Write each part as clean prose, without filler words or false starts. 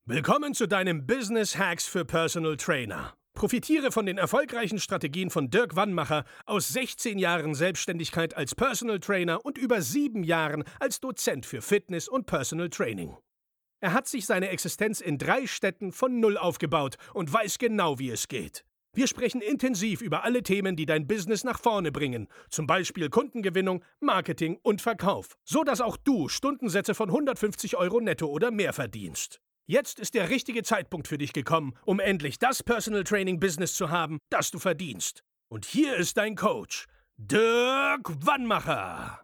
Willkommen zu deinem Business Hacks für Personal Trainer. Profitiere von den erfolgreichen Strategien von Dirk Wannmacher aus 16 Jahren Selbstständigkeit als Personal Trainer und über 7 Jahren als Dozent für Fitness und Personal Training. Er hat sich seine Existenz in 3 Städten von Null aufgebaut und weiß genau, wie es geht. Wir sprechen intensiv über alle Themen, die dein Business nach vorne bringen, zum Beispiel Kundengewinnung, Marketing und Verkauf, so dass auch du Stundensätze von 150 € netto oder mehr verdienst. Jetzt ist der richtige Zeitpunkt für dich gekommen, um endlich das Personal Training Business zu haben, das du verdienst. Und hier ist dein Coach, Dirk Wannmacher.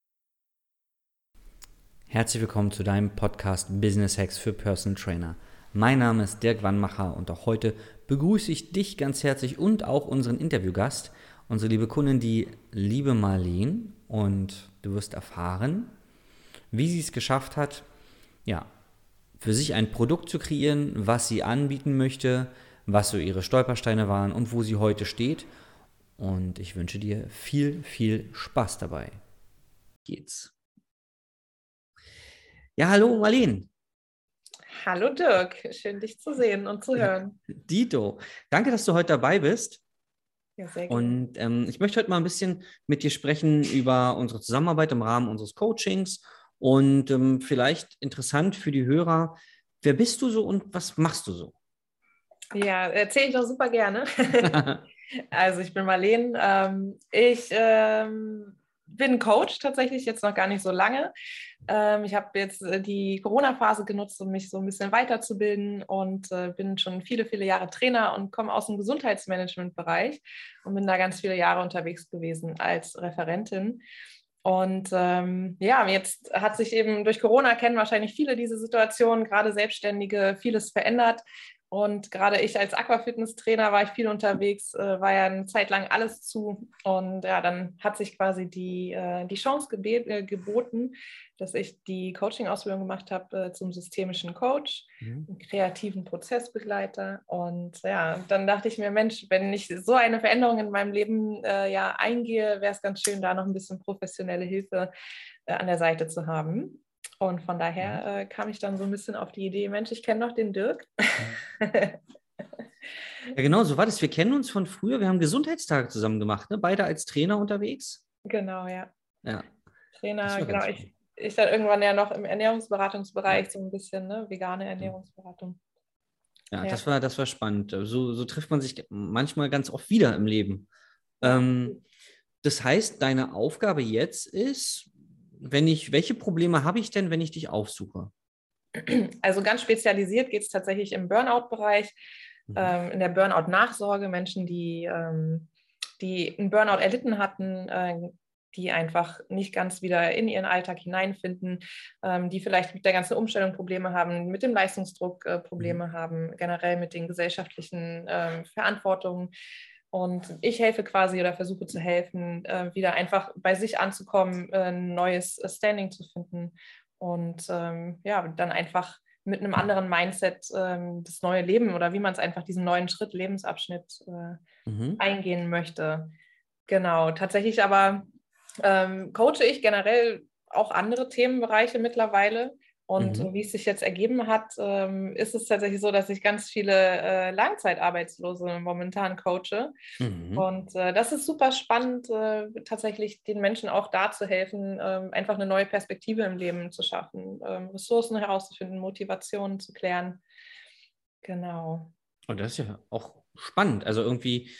Herzlich willkommen zu deinem Podcast Business Hacks für Personal Trainer. Mein Name ist Dirk Wannmacher und auch heute begrüße ich dich ganz herzlich und auch unseren Interviewgast, unsere liebe Kundin, die liebe Marleen. Und du wirst erfahren, wie sie es geschafft hat, für sich ein Produkt zu kreieren, was sie anbieten möchte, was so ihre Stolpersteine waren und wo sie heute steht. Und ich wünsche dir viel, viel Spaß dabei. Geht's. Ja, hallo Marleen. Hallo Dirk, schön dich zu sehen und zu hören. Dito, danke, dass du heute dabei bist. Ja, sehr gerne. Und ich möchte heute mal ein bisschen mit dir sprechen über unsere Zusammenarbeit im Rahmen unseres Coachings und vielleicht interessant für die Hörer, wer bist du so und was machst du so? Ja, erzähle ich doch super gerne. Also ich bin Marleen, ich bin Coach tatsächlich, jetzt noch gar nicht so lange. Ich habe jetzt die Corona-Phase genutzt, um mich so ein bisschen weiterzubilden und bin schon viele, viele Jahre Trainer und komme aus dem Gesundheitsmanagement-Bereich und bin da ganz viele Jahre unterwegs gewesen als Referentin. Und jetzt hat sich eben durch Corona, kennen wahrscheinlich viele diese Situation, gerade Selbstständige, vieles verändert. Und gerade ich als Aquafitness-Trainer war ich viel unterwegs, war ja eine Zeit lang alles zu. Und ja, dann hat sich quasi die Chance geboten, dass ich die Coaching-Ausbildung gemacht habe zum systemischen Coach, einen kreativen Prozessbegleiter. Und ja, dann dachte ich mir, Mensch, wenn ich so eine Veränderung in meinem Leben eingehe, wäre es ganz schön, da noch ein bisschen professionelle Hilfe an der Seite zu haben. Und von daher kam ich dann so ein bisschen auf die Idee, Mensch, ich kenne noch den Dirk. Ja, genau, so war das. Wir kennen uns von früher. Wir haben Gesundheitstage zusammen gemacht, ne? Beide als Trainer unterwegs. Genau, ja. Ja. Trainer, genau. Ich dann irgendwann ja noch im Ernährungsberatungsbereich so ein bisschen, ne? Vegane Ernährungsberatung. Ja, das war spannend. So trifft man sich manchmal ganz oft wieder im Leben. Das heißt, deine Aufgabe jetzt ist, welche Probleme habe ich denn, wenn ich dich aufsuche? Also ganz spezialisiert geht es tatsächlich im Burnout-Bereich, in der Burnout-Nachsorge, Menschen, die einen Burnout erlitten hatten, die einfach nicht ganz wieder in ihren Alltag hineinfinden, die vielleicht mit der ganzen Umstellung Probleme haben, mit dem Leistungsdruck Probleme haben, generell mit den gesellschaftlichen Verantwortungen. Und ich helfe quasi oder versuche zu helfen, wieder einfach bei sich anzukommen, ein neues Standing zu finden und dann einfach mit einem anderen Mindset das neue Leben oder wie man es einfach, diesen neuen Schritt, Lebensabschnitt eingehen möchte. Genau, tatsächlich aber coache ich generell auch andere Themenbereiche mittlerweile. Und wie es sich jetzt ergeben hat, ist es tatsächlich so, dass ich ganz viele Langzeitarbeitslose momentan coache. Und das ist super spannend, tatsächlich den Menschen auch da zu helfen, einfach eine neue Perspektive im Leben zu schaffen, Ressourcen herauszufinden, Motivationen zu klären. Genau. Und das ist ja auch spannend. Also irgendwie,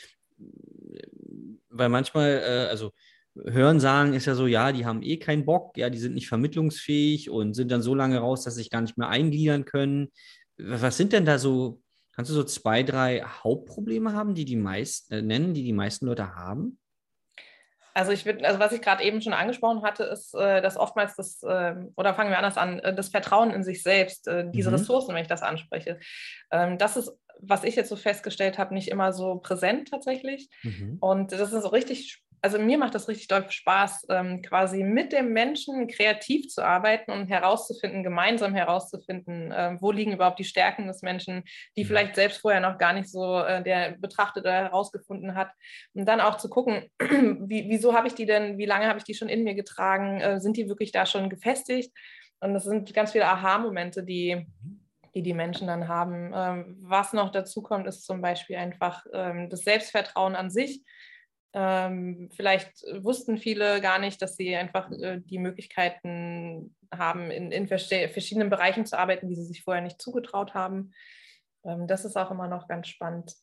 weil manchmal, Hören sagen ist ja so, ja, die haben eh keinen Bock, ja, die sind nicht vermittlungsfähig und sind dann so lange raus, dass sie sich gar nicht mehr eingliedern können. Was sind denn da so, kannst du so 2, 3 Hauptprobleme haben, die die meisten Leute haben? Also was ich gerade eben schon angesprochen hatte, ist, dass oftmals oder fangen wir anders an, das Vertrauen in sich selbst, diese Ressourcen, wenn ich das anspreche, das ist, was ich jetzt so festgestellt habe, nicht immer so präsent tatsächlich. Und das ist so richtig, also mir macht das richtig doll Spaß, quasi mit dem Menschen kreativ zu arbeiten und gemeinsam herauszufinden, wo liegen überhaupt die Stärken des Menschen, die vielleicht selbst vorher noch gar nicht so der betrachtet oder herausgefunden hat. Und dann auch zu gucken, wieso habe ich die denn, wie lange habe ich die schon in mir getragen, sind die wirklich da schon gefestigt? Und das sind ganz viele Aha-Momente, die die Menschen dann haben. Was noch dazu kommt, ist zum Beispiel einfach das Selbstvertrauen an sich. Vielleicht wussten viele gar nicht, dass sie einfach die Möglichkeiten haben, in verschiedenen Bereichen zu arbeiten, die sie sich vorher nicht zugetraut haben. Das ist auch immer noch ganz spannend.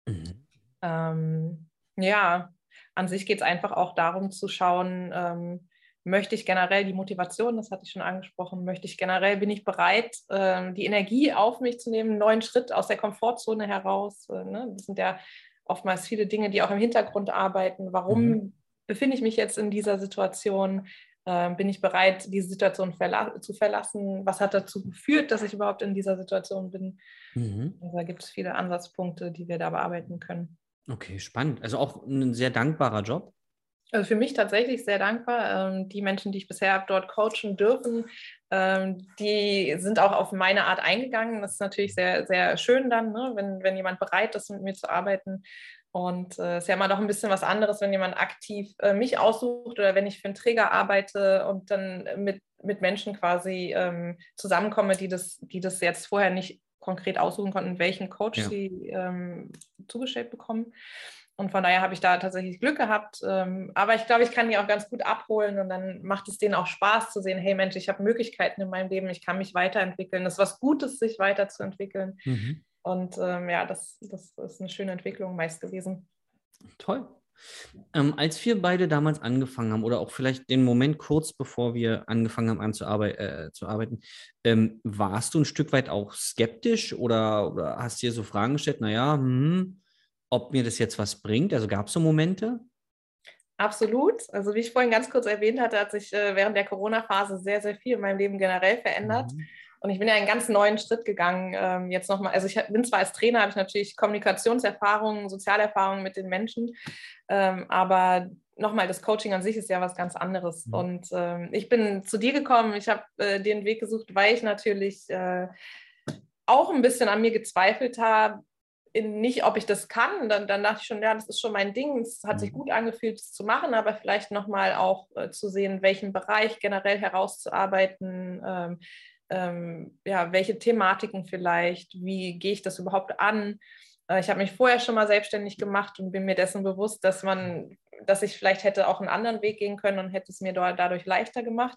Ja, an sich geht es einfach auch darum zu schauen, möchte ich generell die Motivation, das hatte ich schon angesprochen, bin ich bereit, die Energie auf mich zu nehmen, einen neuen Schritt aus der Komfortzone heraus. Ne? Das sind ja oftmals viele Dinge, die auch im Hintergrund arbeiten. Warum befinde ich mich jetzt in dieser Situation? Bin ich bereit, diese Situation zu verlassen? Was hat dazu geführt, dass ich überhaupt in dieser Situation bin? Also da gibt es viele Ansatzpunkte, die wir da bearbeiten können. Okay, spannend. Also auch ein sehr dankbarer Job. Also für mich tatsächlich sehr dankbar. Die Menschen, die ich bisher habe dort coachen dürfen, die sind auch auf meine Art eingegangen. Das ist natürlich sehr, sehr schön dann, ne? Wenn jemand bereit ist, mit mir zu arbeiten. Und es ist ja immer noch ein bisschen was anderes, wenn jemand aktiv mich aussucht oder wenn ich für einen Träger arbeite und dann mit Menschen quasi zusammenkomme, die das jetzt vorher nicht konkret aussuchen konnten, welchen Coach sie zugestellt bekommen. Und von daher habe ich da tatsächlich Glück gehabt. Aber ich glaube, ich kann die auch ganz gut abholen und dann macht es denen auch Spaß zu sehen, hey Mensch, ich habe Möglichkeiten in meinem Leben, ich kann mich weiterentwickeln. Das ist was Gutes, sich weiterzuentwickeln. Und das ist eine schöne Entwicklung meist gewesen. Toll. Als wir beide damals angefangen haben oder auch vielleicht den Moment kurz bevor wir angefangen haben zu arbeiten, warst du ein Stück weit auch skeptisch oder hast dir so Fragen gestellt, naja, ob mir das jetzt was bringt? Also gab es so Momente? Absolut. Also wie ich vorhin ganz kurz erwähnt hatte, hat sich während der Corona-Phase sehr, sehr viel in meinem Leben generell verändert. Und ich bin ja einen ganz neuen Schritt gegangen. Jetzt nochmal, also ich bin zwar als Trainer, habe ich natürlich Kommunikationserfahrungen, Sozialerfahrungen mit den Menschen, aber nochmal, das Coaching an sich ist ja was ganz anderes. Und ich bin zu dir gekommen, ich habe den Weg gesucht, weil ich natürlich auch ein bisschen an mir gezweifelt habe, nicht, ob ich das kann. Dann dachte ich schon, ja, das ist schon mein Ding. Es hat sich gut angefühlt, es zu machen, aber vielleicht nochmal auch zu sehen, welchen Bereich generell herauszuarbeiten, welche Thematiken vielleicht, wie gehe ich das überhaupt an. Ich habe mich vorher schon mal selbstständig gemacht und bin mir dessen bewusst, dass ich vielleicht hätte auch einen anderen Weg gehen können und hätte es mir dadurch leichter gemacht.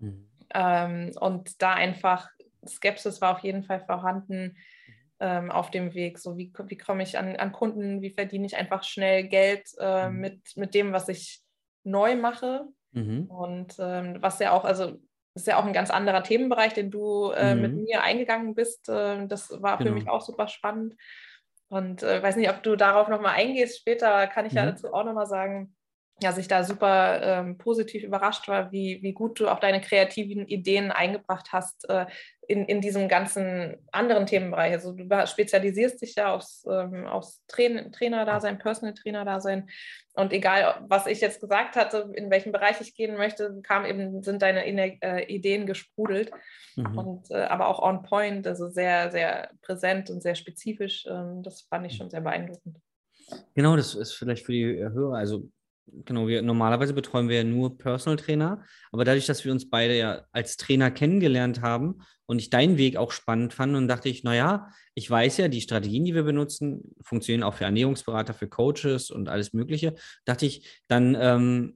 Und da einfach Skepsis war auf jeden Fall vorhanden auf dem Weg. So wie komme ich an Kunden, wie verdiene ich einfach schnell Geld mit dem, was ich neu mache. Und was ja auch, also das ist ja auch ein ganz anderer Themenbereich, den du mit mir eingegangen bist. Das war für mich auch super spannend. Und weiß nicht, ob du darauf nochmal eingehst. Später kann ich ja dazu auch nochmal sagen, dass ich da super positiv überrascht war, wie gut du auch deine kreativen Ideen eingebracht hast in diesem ganzen anderen Themenbereich. Also du spezialisierst dich ja aufs Trainer-Dasein, Personal-Trainer-Dasein. Und egal, was ich jetzt gesagt hatte, in welchem Bereich ich gehen möchte, sind deine Ideen gesprudelt. Und aber auch on point, also sehr, sehr präsent und sehr spezifisch. Das fand ich schon sehr beeindruckend. Genau, das ist vielleicht für die Hörer, also genau, normalerweise betreuen wir ja nur Personal Trainer, aber dadurch, dass wir uns beide ja als Trainer kennengelernt haben und ich deinen Weg auch spannend fand und dachte ich, naja, ich weiß ja, die Strategien, die wir benutzen, funktionieren auch für Ernährungsberater, für Coaches und alles Mögliche, dachte ich, dann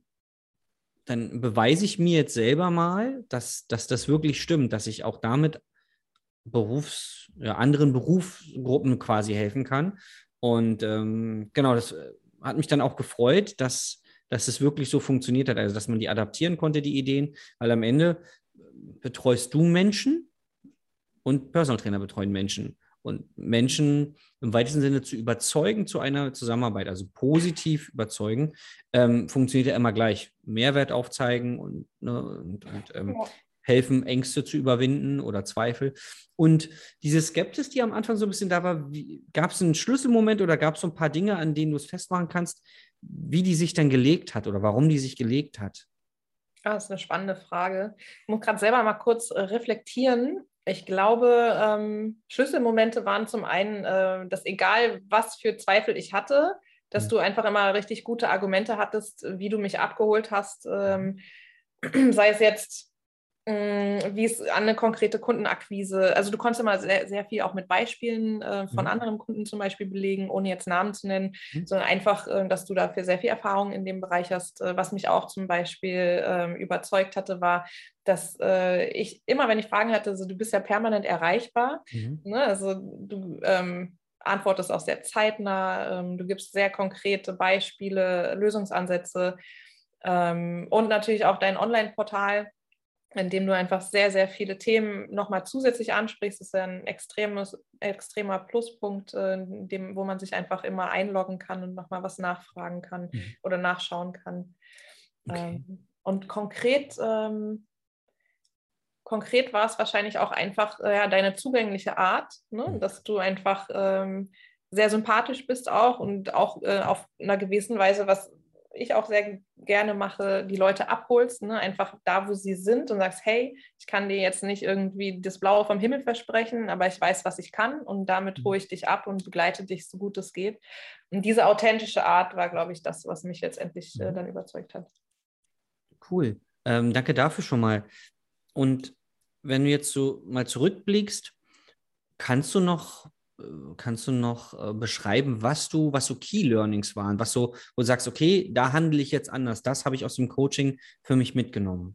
beweise ich mir jetzt selber mal, dass das wirklich stimmt, dass ich auch damit anderen Berufsgruppen quasi helfen kann. Und genau, das hat mich dann auch gefreut, dass es wirklich so funktioniert hat, also dass man die adaptieren konnte, die Ideen, weil am Ende betreust du Menschen und Personal Trainer betreuen Menschen. Und Menschen im weitesten Sinne zu überzeugen zu einer Zusammenarbeit, also positiv überzeugen, funktioniert ja immer gleich. Mehrwert aufzeigen und helfen, Ängste zu überwinden oder Zweifel. Und diese Skepsis, die am Anfang so ein bisschen da war, gab es einen Schlüsselmoment oder gab es so ein paar Dinge, an denen du es festmachen kannst, wie die sich dann gelegt hat oder warum die sich gelegt hat? Das ist eine spannende Frage. Ich muss gerade selber mal kurz reflektieren. Ich glaube, Schlüsselmomente waren zum einen, dass egal was für Zweifel ich hatte, dass du einfach immer richtig gute Argumente hattest, wie du mich abgeholt hast. Sei es jetzt wie es an eine konkrete Kundenakquise, also du konntest immer sehr, sehr viel auch mit Beispielen von anderen Kunden zum Beispiel belegen, ohne jetzt Namen zu nennen, sondern einfach, dass du dafür sehr viel Erfahrung in dem Bereich hast. Was mich auch zum Beispiel überzeugt hatte, war, dass ich immer, wenn ich Fragen hatte, also du bist ja permanent erreichbar, ne? Also du antwortest auch sehr zeitnah, du gibst sehr konkrete Beispiele, Lösungsansätze und natürlich auch dein Online-Portal, in dem du einfach sehr, sehr viele Themen nochmal zusätzlich ansprichst. Das ist ja ein extremer Pluspunkt, wo man sich einfach immer einloggen kann und nochmal was nachfragen kann oder nachschauen kann. Okay. Und konkret war es wahrscheinlich auch einfach deine zugängliche Art, ne? Dass du einfach sehr sympathisch bist auch und auch auf einer gewissen Weise, was ich auch sehr gerne mache, die Leute abholst, ne? Einfach da, wo sie sind und sagst, hey, ich kann dir jetzt nicht irgendwie das Blaue vom Himmel versprechen, aber ich weiß, was ich kann und damit hole ich dich ab und begleite dich so gut es geht. Und diese authentische Art war, glaube ich, das, was mich letztendlich dann überzeugt hat. Cool. Danke dafür schon mal. Und wenn du jetzt so mal zurückblickst, kannst du noch, beschreiben, was so Key Learnings waren, wo du sagst, okay, da handle ich jetzt anders. Das habe ich aus dem Coaching für mich mitgenommen.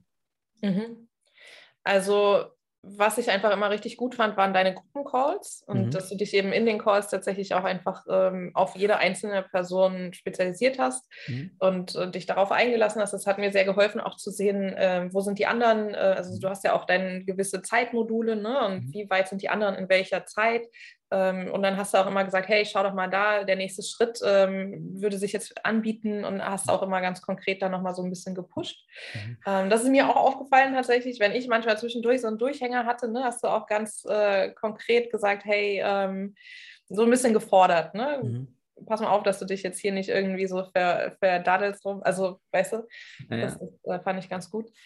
Also, was ich einfach immer richtig gut fand, waren deine Gruppencalls und dass du dich eben in den Calls tatsächlich auch einfach auf jede einzelne Person spezialisiert hast und dich darauf eingelassen hast. Das hat mir sehr geholfen, auch zu sehen, wo sind die anderen. Also, du hast ja auch deine gewisse Zeitmodule, ne? Und wie weit sind die anderen in welcher Zeit. Und dann hast du auch immer gesagt, hey, schau doch mal da, der nächste Schritt würde sich jetzt anbieten und hast auch immer ganz konkret da nochmal so ein bisschen gepusht. Das ist mir auch aufgefallen tatsächlich, wenn ich manchmal zwischendurch so einen Durchhänger hatte, ne, hast du auch ganz konkret gesagt, hey, so ein bisschen gefordert, ne? Pass mal auf, dass du dich jetzt hier nicht irgendwie so verdaddelst rum, also weißt du, das fand ich ganz gut.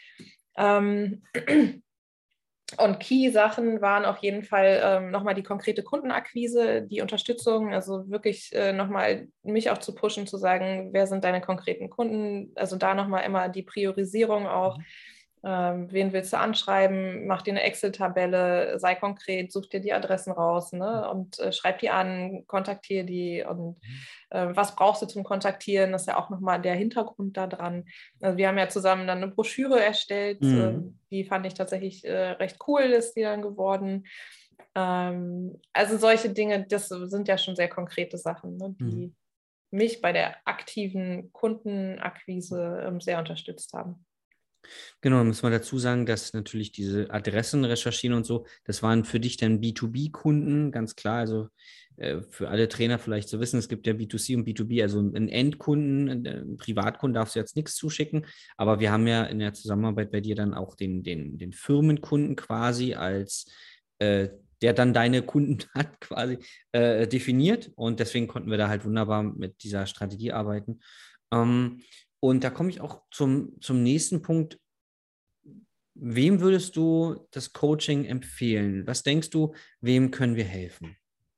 Und Key-Sachen waren auf jeden Fall nochmal die konkrete Kundenakquise, die Unterstützung, also wirklich nochmal mich auch zu pushen, zu sagen, wer sind deine konkreten Kunden, also da nochmal immer die Priorisierung auch, wen willst du anschreiben, mach dir eine Excel-Tabelle, sei konkret, such dir die Adressen raus, ne? Und schreib die an, kontaktiere die und was brauchst du zum Kontaktieren, das ist ja auch nochmal der Hintergrund da dran. Also wir haben ja zusammen dann eine Broschüre erstellt, die fand ich tatsächlich recht cool, ist die dann geworden. Also solche Dinge, das sind ja schon sehr konkrete Sachen, ne, die mich bei der aktiven Kundenakquise sehr unterstützt haben. Genau, muss man dazu sagen, dass natürlich diese Adressen recherchieren und so, das waren für dich dann B2B-Kunden, ganz klar. Also für alle Trainer vielleicht zu wissen, es gibt ja B2C und B2B, also einen Endkunden, einen Privatkunden darfst du jetzt nichts zuschicken, aber wir haben ja in der Zusammenarbeit bei dir dann auch den Firmenkunden quasi als der dann deine Kunden hat quasi definiert und deswegen konnten wir da halt wunderbar mit dieser Strategie arbeiten. Und da komme ich auch zum nächsten Punkt. Wem würdest du das Coaching empfehlen? Was denkst du, wem können wir helfen?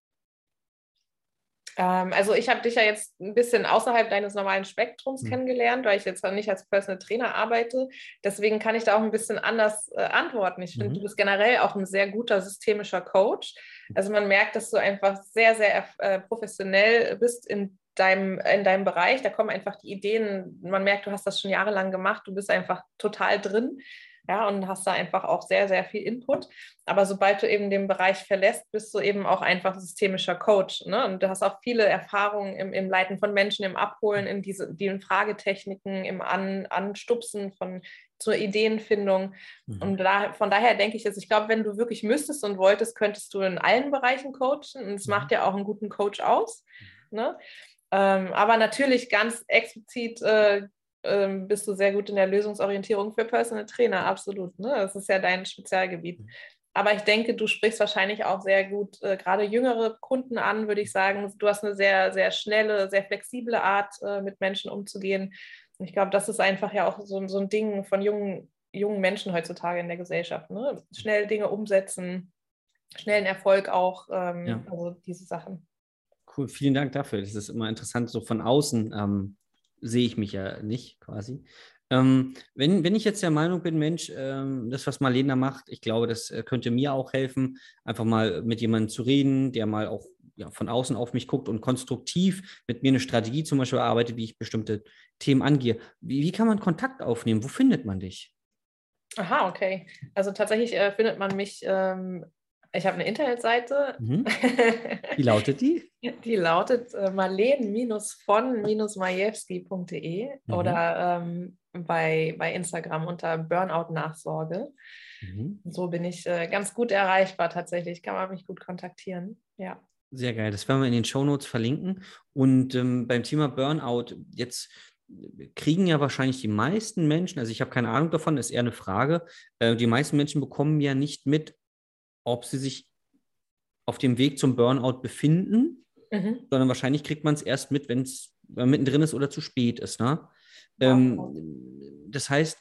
Also ich habe dich ja jetzt ein bisschen außerhalb deines normalen Spektrums kennengelernt, weil ich jetzt nicht als Personal Trainer arbeite. Deswegen kann ich da auch ein bisschen anders antworten. Ich finde, du bist generell auch ein sehr guter systemischer Coach. Also man merkt, dass du einfach sehr, sehr professionell bist in deinem Bereich. Da kommen einfach die Ideen. Man merkt, du hast das schon jahrelang gemacht. Du bist einfach total drin. Ja, und hast da einfach auch sehr, sehr viel Input. Aber sobald du eben den Bereich verlässt, bist du eben auch einfach systemischer Coach. Ne? Und du hast auch viele Erfahrungen im Leiten von Menschen, im Abholen, in den Fragetechniken, im Anstupsen zur Ideenfindung. Und von daher denke ich jetzt, ich glaube, wenn du wirklich müsstest und wolltest, könntest du in allen Bereichen coachen. Und es macht ja auch einen guten Coach aus. Ne? Aber natürlich ganz explizit bist du sehr gut in der Lösungsorientierung für Personal Trainer, absolut. Ne? Das ist ja dein Spezialgebiet. Aber ich denke, du sprichst wahrscheinlich auch sehr gut gerade jüngere Kunden an, würde ich sagen. Du hast eine sehr, sehr schnelle, sehr flexible Art, mit Menschen umzugehen. Und ich glaube, das ist einfach ja auch so ein Ding von jungen Menschen heutzutage in der Gesellschaft. Ne? Schnell Dinge umsetzen, schnellen Erfolg auch, also diese Sachen. Cool, vielen Dank dafür. Das ist immer interessant, so von außen sehe ich mich ja nicht quasi. Wenn ich jetzt der Meinung bin, Mensch, das, was Marlena macht, ich glaube, das könnte mir auch helfen, einfach mal mit jemandem zu reden, der mal auch von außen auf mich guckt und konstruktiv mit mir eine Strategie zum Beispiel erarbeitet, wie ich bestimmte Themen angehe. Wie kann man Kontakt aufnehmen? Wo findet man dich? Aha, okay. Also tatsächlich findet man mich, ich habe eine Internetseite, Mhm. Wie lautet die? die lautet marleen-von-majewski.de Mhm. oder bei Instagram unter Burnout-Nachsorge. Mhm. So bin ich ganz gut erreichbar tatsächlich, kann man mich gut kontaktieren. Ja. Sehr geil. Das werden wir in den Shownotes verlinken. Und beim Thema Burnout, jetzt kriegen ja wahrscheinlich die meisten Menschen, also ich habe keine Ahnung davon, ist eher eine Frage, die meisten Menschen bekommen ja nicht mit, ob sie sich auf dem Weg zum Burnout befinden, Mhm. sondern wahrscheinlich kriegt man es erst mit, wenn es mittendrin ist oder zu spät ist. Ne? Absolut. Das heißt,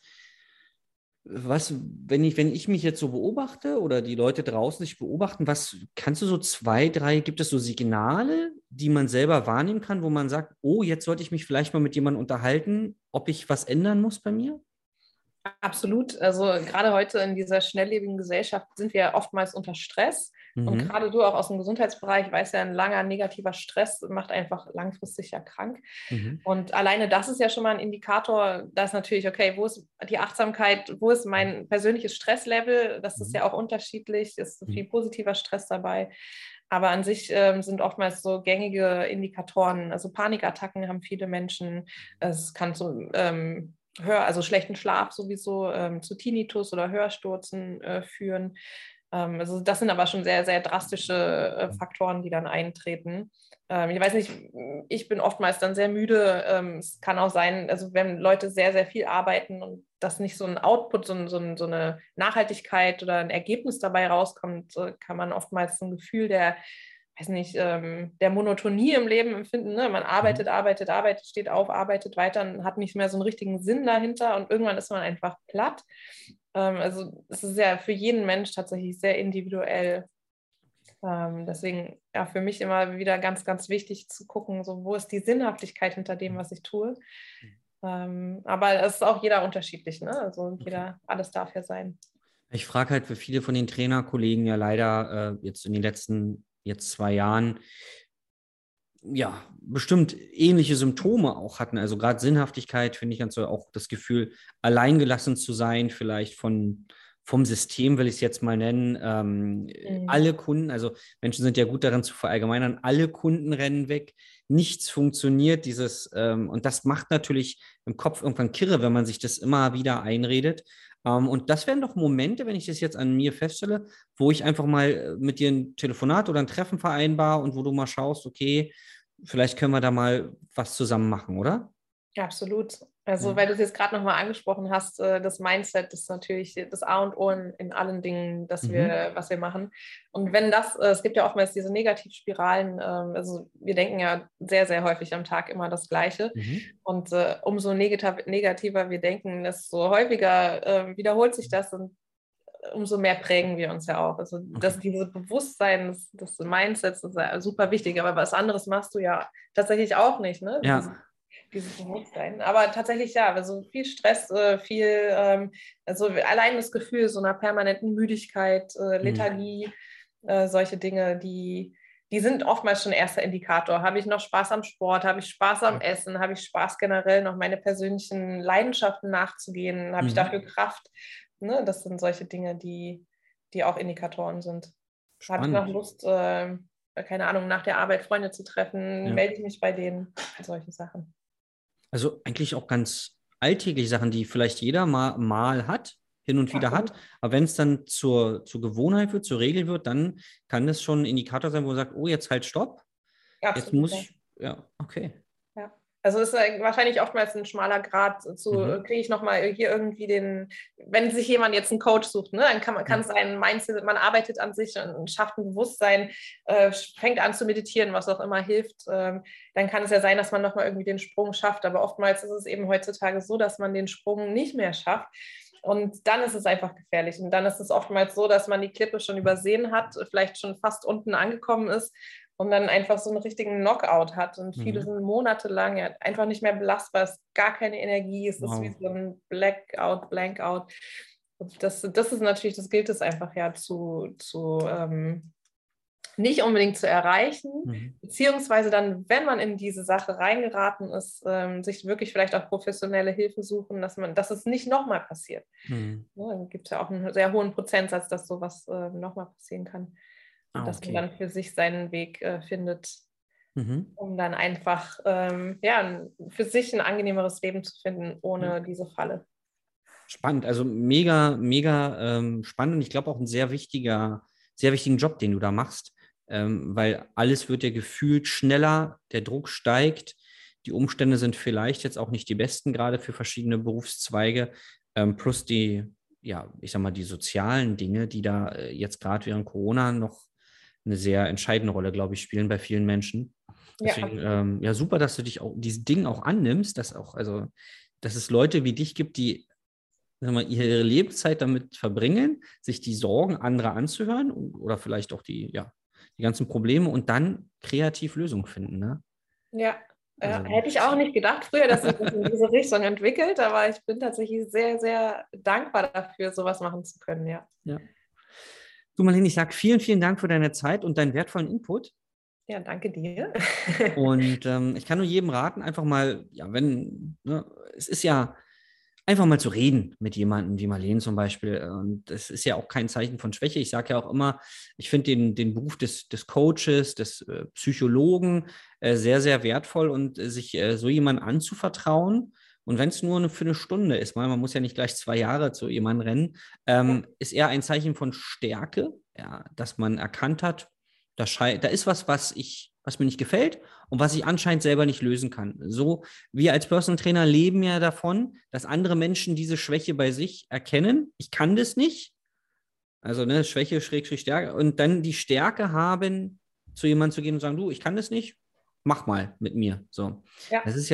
wenn ich mich jetzt so beobachte oder die Leute draußen sich beobachten, was kannst du so zwei, drei, gibt es so Signale, die man selber wahrnehmen kann, wo man sagt, oh, jetzt sollte ich mich vielleicht mal mit jemandem unterhalten, ob ich was ändern muss bei mir? Absolut. Also gerade heute in dieser schnelllebigen Gesellschaft sind wir oftmals unter Stress. Und Mhm. gerade du auch aus dem Gesundheitsbereich weißt ja, ein langer negativer Stress macht einfach langfristig ja krank. Mhm. Und alleine das ist ja schon mal ein Indikator, dass natürlich, okay, wo ist die Achtsamkeit, wo ist mein persönliches Stresslevel? Das ist ja Mhm. auch unterschiedlich, ist viel Mhm. positiver Stress dabei. Aber an sich sind oftmals so gängige Indikatoren, also Panikattacken haben viele Menschen. Es kann so also schlechten Schlaf sowieso zu Tinnitus oder Hörstürzen führen. Also das sind aber schon sehr, sehr drastische Faktoren, die dann eintreten. Ich weiß nicht, ich bin oftmals dann sehr müde. Es kann auch sein, also wenn Leute sehr, sehr viel arbeiten und das nicht so ein Output, so eine Nachhaltigkeit oder ein Ergebnis dabei rauskommt, kann man oftmals ein Gefühl der, weiß nicht, der Monotonie im Leben empfinden. Ne? Man arbeitet, Mhm. arbeitet, arbeitet, steht auf, arbeitet weiter und hat nicht mehr so einen richtigen Sinn dahinter und irgendwann ist man einfach platt. Also es ist ja für jeden Mensch tatsächlich sehr individuell. Deswegen ja für mich immer wieder ganz, ganz wichtig zu gucken, so wo ist die Sinnhaftigkeit hinter dem, was ich tue. Aber es ist auch jeder unterschiedlich, ne? Also Okay. jeder, alles darf ja sein. Ich frage halt für viele von den Trainerkollegen ja leider jetzt in den letzten jetzt 2 Jahren, ja, bestimmt ähnliche Symptome auch hatten. Also gerade Sinnhaftigkeit finde ich ganz so auch das Gefühl, alleingelassen zu sein, vielleicht vom System, will ich es jetzt mal nennen. Mhm. Alle Kunden, also Menschen sind ja gut darin zu verallgemeinern, alle Kunden rennen weg, nichts funktioniert, und das macht natürlich im Kopf irgendwann kirre, wenn man sich das immer wieder einredet. Und das wären doch Momente, wenn ich das jetzt an mir feststelle, wo ich einfach mal mit dir ein Telefonat oder ein Treffen vereinbar und wo du mal schaust, okay, vielleicht können wir da mal was zusammen machen, oder? Ja, absolut. Also, Ja. weil du es jetzt gerade nochmal angesprochen hast, das Mindset ist natürlich das A und O in allen Dingen, Mhm. was wir machen. Und wenn das, es gibt ja oftmals diese Negativspiralen, also wir denken ja sehr, sehr häufig am Tag immer das Gleiche. Mhm. Und umso negativer wir denken, desto häufiger wiederholt sich das und umso mehr prägen wir uns ja auch. Also Okay. dieses Bewusstsein, das Mindset ist ja super wichtig, aber was anderes machst du ja tatsächlich auch nicht, ne? Ja. Dieses Bewusstsein. Aber tatsächlich ja, also viel Stress, also allein das Gefühl so einer permanenten Müdigkeit, Mhm. Lethargie, solche Dinge, die sind oftmals schon erster Indikator. Habe ich noch Spaß am Sport? Habe ich Spaß am Essen? Habe ich Spaß generell noch meine persönlichen Leidenschaften nachzugehen? Habe ich Mhm. dafür Kraft? Ne? Das sind solche Dinge, die auch Indikatoren sind. Habe ich noch Spannend. Lust, keine Ahnung, nach der Arbeit Freunde zu treffen? Ja. Melde ich mich bei denen? Solche Sachen. Also eigentlich auch ganz alltägliche Sachen, die vielleicht jeder mal hat, hin und wieder hat. Absolut. Aber wenn es dann zur Gewohnheit wird, zur Regel wird, dann kann das schon ein Indikator sein, wo man sagt, oh, jetzt halt Stopp. Jetzt Absolut, muss ja. ich, ja, okay. Ja. Also es ist wahrscheinlich oftmals ein schmaler Grad Mhm. kriege ich nochmal hier irgendwie wenn sich jemand jetzt einen Coach sucht, ne, dann kann Ja. es ein Mindset, man arbeitet an sich und schafft ein Bewusstsein, fängt an zu meditieren, was auch immer hilft, dann kann es ja sein, dass man nochmal irgendwie den Sprung schafft. Aber oftmals ist es eben heutzutage so, dass man den Sprung nicht mehr schafft. Und dann ist es einfach gefährlich. Und dann ist es oftmals so, dass man die Klippe schon übersehen hat, vielleicht schon fast unten angekommen ist und dann einfach so einen richtigen Knockout hat. Und viele sind monatelang einfach nicht mehr belastbar, es ist gar keine Energie, es ist wie so ein Blankout. Und das ist natürlich, das gilt es einfach nicht unbedingt zu erreichen, beziehungsweise dann, wenn man in diese Sache reingeraten ist, sich wirklich vielleicht auch professionelle Hilfe suchen, dass es nicht nochmal passiert. Ja, dann gibt es ja auch einen sehr hohen Prozentsatz, dass sowas nochmal passieren kann. Und dass man dann für sich seinen Weg findet, um dann einfach für sich ein angenehmeres Leben zu finden, ohne diese Falle. Spannend, also mega, mega spannend und ich glaube auch ein sehr wichtigen Job, den du da machst, weil alles wird ja gefühlt schneller, der Druck steigt, die Umstände sind vielleicht jetzt auch nicht die besten, gerade für verschiedene Berufszweige, plus die, ja, ich sag mal, die sozialen Dinge, die da jetzt gerade während Corona noch eine sehr entscheidende Rolle, glaube ich, spielen bei vielen Menschen. Deswegen, super, dass du dich auch diesen Dingen auch annimmst, dass es Leute wie dich gibt, die ihre Lebenszeit damit verbringen, sich die Sorgen anderer anzuhören oder vielleicht auch die ganzen Probleme und dann kreativ Lösungen finden. Ne? Ja, hätte ich auch nicht gedacht früher, dass sich das in diese Richtung entwickelt, aber ich bin tatsächlich sehr, sehr dankbar dafür, sowas machen zu können, ja. Du, Marlene, ich sage vielen, vielen Dank für deine Zeit und deinen wertvollen Input. Ja, danke dir. Und ich kann nur jedem raten, einfach mal, es ist ja einfach mal zu reden mit jemandem wie Marlene zum Beispiel. Und das ist ja auch kein Zeichen von Schwäche. Ich sage ja auch immer, ich finde den Beruf des Coaches, des Psychologen sehr, sehr wertvoll und sich so jemandem anzuvertrauen. Und wenn es nur für eine Stunde ist, man muss ja nicht gleich 2 Jahre zu jemandem rennen, ist eher ein Zeichen von Stärke, ja, dass man erkannt hat, da ist was mir nicht gefällt und was ich anscheinend selber nicht lösen kann. So, wir als Personal Trainer leben ja davon, dass andere Menschen diese Schwäche bei sich erkennen. Ich kann das nicht. Also, Schwäche, Stärke. Und dann die Stärke haben, zu jemandem zu gehen und sagen, du, ich kann das nicht, mach mal mit mir. So. Ja. Das ist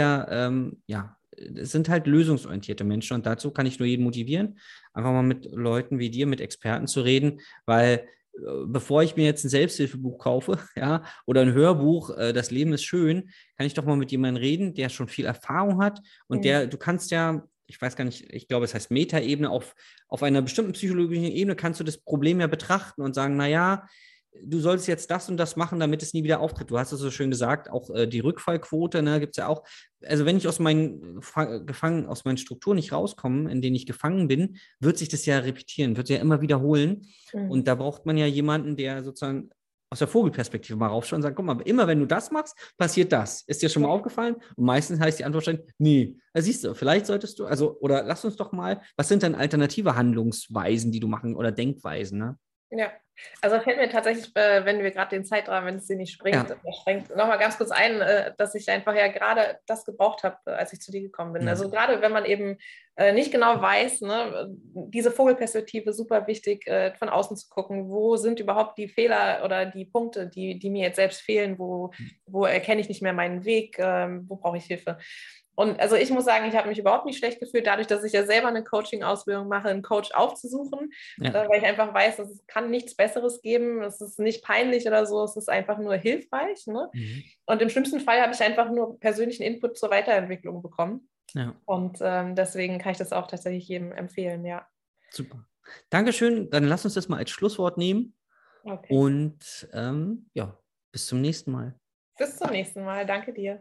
es sind halt lösungsorientierte Menschen und dazu kann ich nur jeden motivieren, einfach mal mit Leuten wie dir, mit Experten zu reden, weil bevor ich mir jetzt ein Selbsthilfebuch kaufe, ja, oder ein Hörbuch, das Leben ist schön, kann ich doch mal mit jemandem reden, der schon viel Erfahrung hat und du kannst ja, ich weiß gar nicht, ich glaube, es heißt Metaebene, auf einer bestimmten psychologischen Ebene kannst du das Problem ja betrachten und sagen, naja, du sollst jetzt das und das machen, damit es nie wieder auftritt. Du hast es so schön gesagt, auch die Rückfallquote, gibt es ja auch. Also wenn ich aus meinen Strukturen nicht rauskomme, in denen ich gefangen bin, wird sich das ja repetieren, wird sich ja immer wiederholen. Und da braucht man ja jemanden, der sozusagen aus der Vogelperspektive mal raufschaut und sagt, guck mal, immer wenn du das machst, passiert das. Ist dir schon mal aufgefallen? Und meistens heißt die Antwort schon, nee. Da siehst du, vielleicht solltest du, oder lass uns doch mal, was sind denn alternative Handlungsweisen, die du machen oder Denkweisen, ne? Ja, also fällt mir tatsächlich, wenn wir gerade den Zeitrahmen, wenn es dir nicht sprengt, nochmal ganz kurz ein, dass ich einfach ja gerade das gebraucht habe, als ich zu dir gekommen bin. Ja. Also gerade wenn man eben nicht genau weiß, diese Vogelperspektive super wichtig, von außen zu gucken, wo sind überhaupt die Fehler oder die Punkte, die mir jetzt selbst fehlen, wo erkenne ich nicht mehr meinen Weg, wo brauche ich Hilfe. Und also ich muss sagen, ich habe mich überhaupt nicht schlecht gefühlt, dadurch, dass ich ja selber eine Coaching-Ausbildung mache, einen Coach aufzusuchen, weil ich einfach weiß, dass es kann nichts Besseres geben, es ist nicht peinlich oder so, es ist einfach nur hilfreich. Ne? Und im schlimmsten Fall habe ich einfach nur persönlichen Input zur Weiterentwicklung bekommen. Ja. Und deswegen kann ich das auch tatsächlich jedem empfehlen, ja. Super. Dankeschön, dann lass uns das mal als Schlusswort nehmen. Okay. Und bis zum nächsten Mal. Bis zum nächsten Mal, danke dir.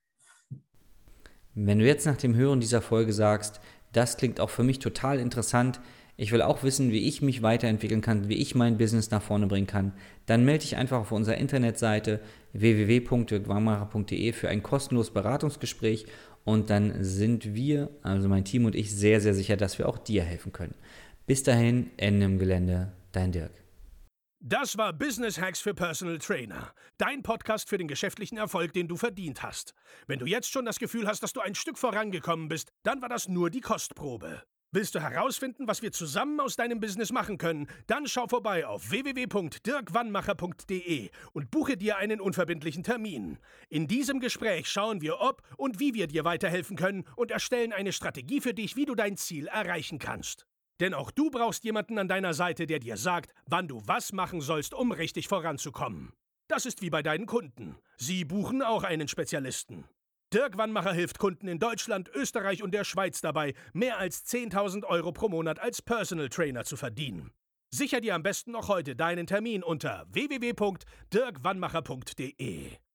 Wenn du jetzt nach dem Hören dieser Folge sagst, das klingt auch für mich total interessant, ich will auch wissen, wie ich mich weiterentwickeln kann, wie ich mein Business nach vorne bringen kann, dann melde dich einfach auf unserer Internetseite www.dirkwannmacher.de für ein kostenloses Beratungsgespräch und dann sind wir, also mein Team und ich, sehr, sehr sicher, dass wir auch dir helfen können. Bis dahin, Ende im Gelände, dein Dirk. Das war Business Hacks für Personal Trainer. Dein Podcast für den geschäftlichen Erfolg, den du verdient hast. Wenn du jetzt schon das Gefühl hast, dass du ein Stück vorangekommen bist, dann war das nur die Kostprobe. Willst du herausfinden, was wir zusammen aus deinem Business machen können? Dann schau vorbei auf www.dirkwannmacher.de und buche dir einen unverbindlichen Termin. In diesem Gespräch schauen wir, ob und wie wir dir weiterhelfen können und erstellen eine Strategie für dich, wie du dein Ziel erreichen kannst. Denn auch du brauchst jemanden an deiner Seite, der dir sagt, wann du was machen sollst, um richtig voranzukommen. Das ist wie bei deinen Kunden. Sie buchen auch einen Spezialisten. Dirk Wannmacher hilft Kunden in Deutschland, Österreich und der Schweiz dabei, mehr als 10.000 € pro Monat als Personal Trainer zu verdienen. Sicher dir am besten noch heute deinen Termin unter www.dirkwannmacher.de.